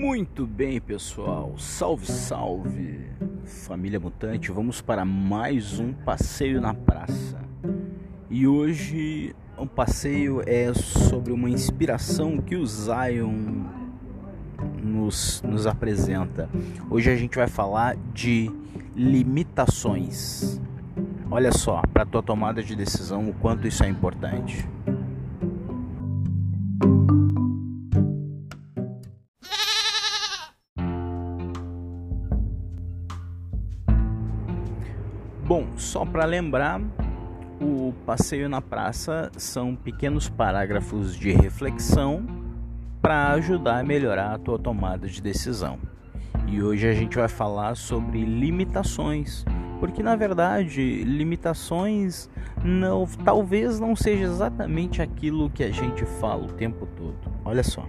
Muito bem, pessoal. Salve, salve, família mutante. Vamos para mais um passeio na praça. E hoje o passeio é sobre uma inspiração que o Zion nos apresenta. Hoje a gente vai falar de limitações. Olha só, para a tua tomada de decisão, o quanto isso é importante. Bom, só para lembrar, o passeio na praça são pequenos parágrafos de reflexão para ajudar a melhorar a tua tomada de decisão. E hoje a gente vai falar sobre limitações, porque na verdade limitações talvez não seja exatamente aquilo que a gente fala o tempo todo. Olha só.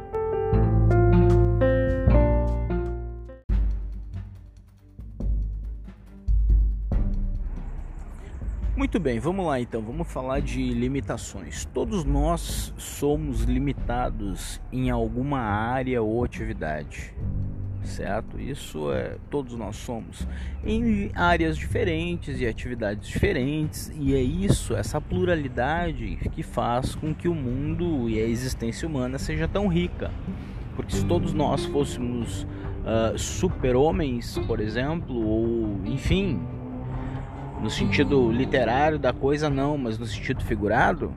Muito bem, vamos lá então, vamos falar de limitações. Todos nós somos limitados em alguma área ou atividade, certo? Todos nós somos em áreas diferentes e atividades diferentes, e é essa pluralidade que faz com que o mundo e a existência humana seja tão rica. Porque se todos nós fôssemos super-homens, por exemplo, ou enfim, no sentido literário da coisa não, mas no sentido figurado,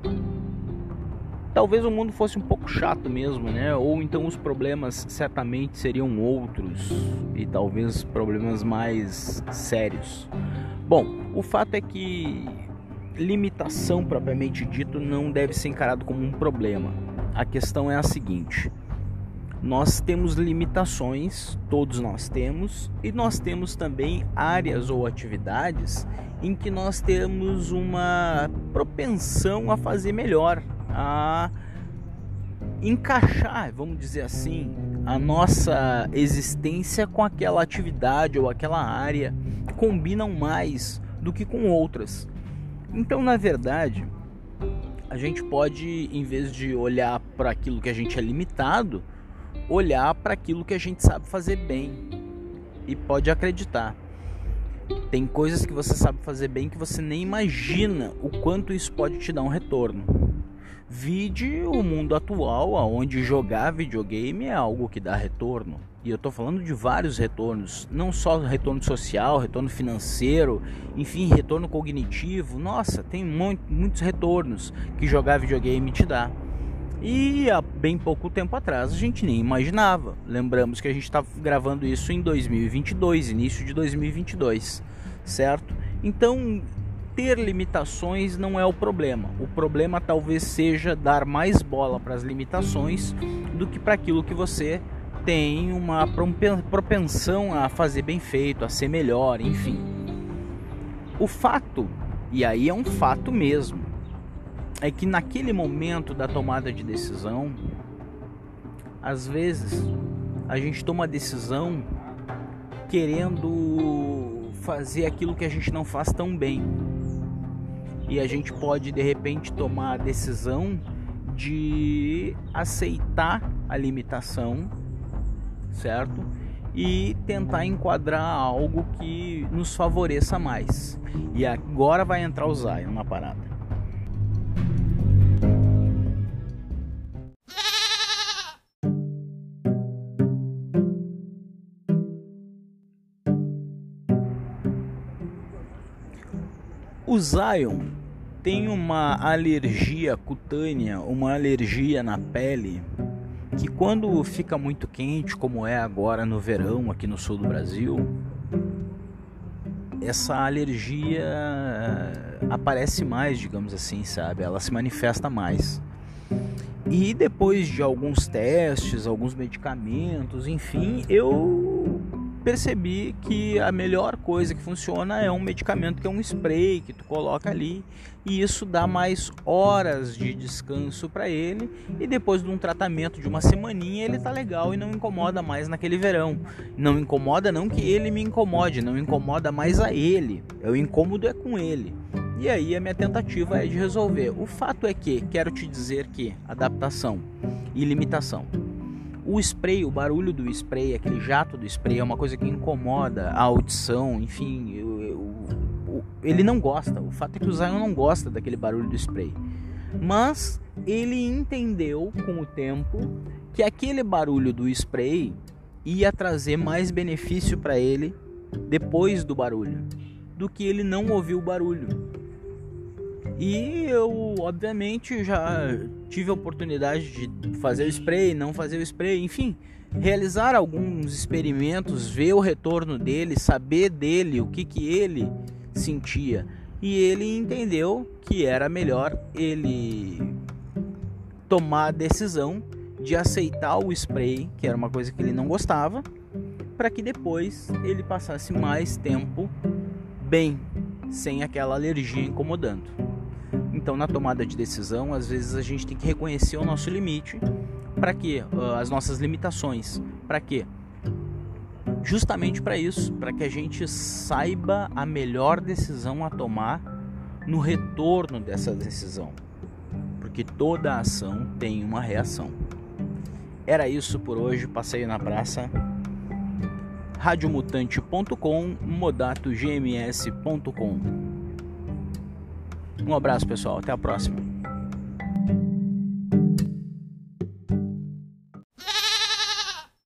talvez o mundo fosse um pouco chato mesmo, né? Ou então os problemas certamente seriam outros, e talvez problemas mais sérios. Bom, o fato é que limitação propriamente dito não deve ser encarado como um problema. A questão é a seguinte: nós temos limitações, todos nós temos, e nós temos também áreas ou atividades em que nós temos uma propensão a fazer melhor, a encaixar, vamos dizer assim, a nossa existência com aquela atividade ou aquela área, combinam mais do que com outras. Então, na verdade, a gente pode, em vez de olhar para aquilo que a gente é limitado, olhar para aquilo que a gente sabe fazer bem. E pode acreditar, tem coisas que você sabe fazer bem que você nem imagina o quanto isso pode te dar um retorno. Vide o mundo atual, onde jogar videogame é algo que dá retorno. E eu estou falando de vários retornos, não só retorno social, retorno financeiro, enfim, retorno cognitivo. Nossa, tem muitos retornos que jogar videogame te dá. E há bem pouco tempo atrás a gente nem imaginava. Lembramos que a gente está gravando isso em 2022, início de 2022, certo? Então, ter limitações não é o problema. O problema talvez seja dar mais bola para as limitações do que para aquilo que você tem uma propensão a fazer bem feito, a ser melhor, enfim. O fato, e aí é um fato mesmo, é que naquele momento da tomada de decisão, às vezes a gente toma a decisão querendo fazer aquilo que a gente não faz tão bem, e a gente pode de repente tomar a decisão de aceitar a limitação, certo? E tentar enquadrar algo que nos favoreça mais. E agora vai entrar o Zion na parada. O Zion tem uma alergia cutânea, uma alergia na pele, que quando fica muito quente, como é agora no verão aqui no sul do Brasil, essa alergia aparece mais, digamos assim, sabe? Ela se manifesta mais. E depois de alguns testes, alguns medicamentos, enfim, eu percebi que a melhor coisa que funciona é um medicamento que é um spray que tu coloca ali, e isso dá mais horas de descanso para ele, e depois de um tratamento de uma semaninha ele tá legal e não incomoda mais naquele verão. Não incomoda, não que ele me incomode, não incomoda mais a ele, o incômodo é com ele. E aí a minha tentativa é de resolver. O fato é que, quero te dizer que adaptação e limitação. O spray, o barulho do spray, aquele jato do spray é uma coisa que incomoda a audição, enfim, ele não gosta. O fato é que o Zion não gosta daquele barulho do spray. Mas ele entendeu com o tempo que aquele barulho do spray ia trazer mais benefício para ele depois do barulho, do que ele não ouvir o barulho. E eu, obviamente, já tive a oportunidade de fazer o spray, não fazer o spray, enfim, realizar alguns experimentos, ver o retorno dele, saber dele, o que ele sentia. E ele entendeu que era melhor ele tomar a decisão de aceitar o spray, que era uma coisa que ele não gostava, para que depois ele passasse mais tempo bem, sem aquela alergia incomodando. Então, na tomada de decisão, às vezes a gente tem que reconhecer o nosso limite. Para quê? As nossas limitações. Para quê? Justamente para isso, para que a gente saiba a melhor decisão a tomar no retorno dessa decisão. Porque toda ação tem uma reação. Era isso por hoje, Passeio na Praça. Radiomutante.com, modatogms.com. Um abraço, pessoal, até a próxima.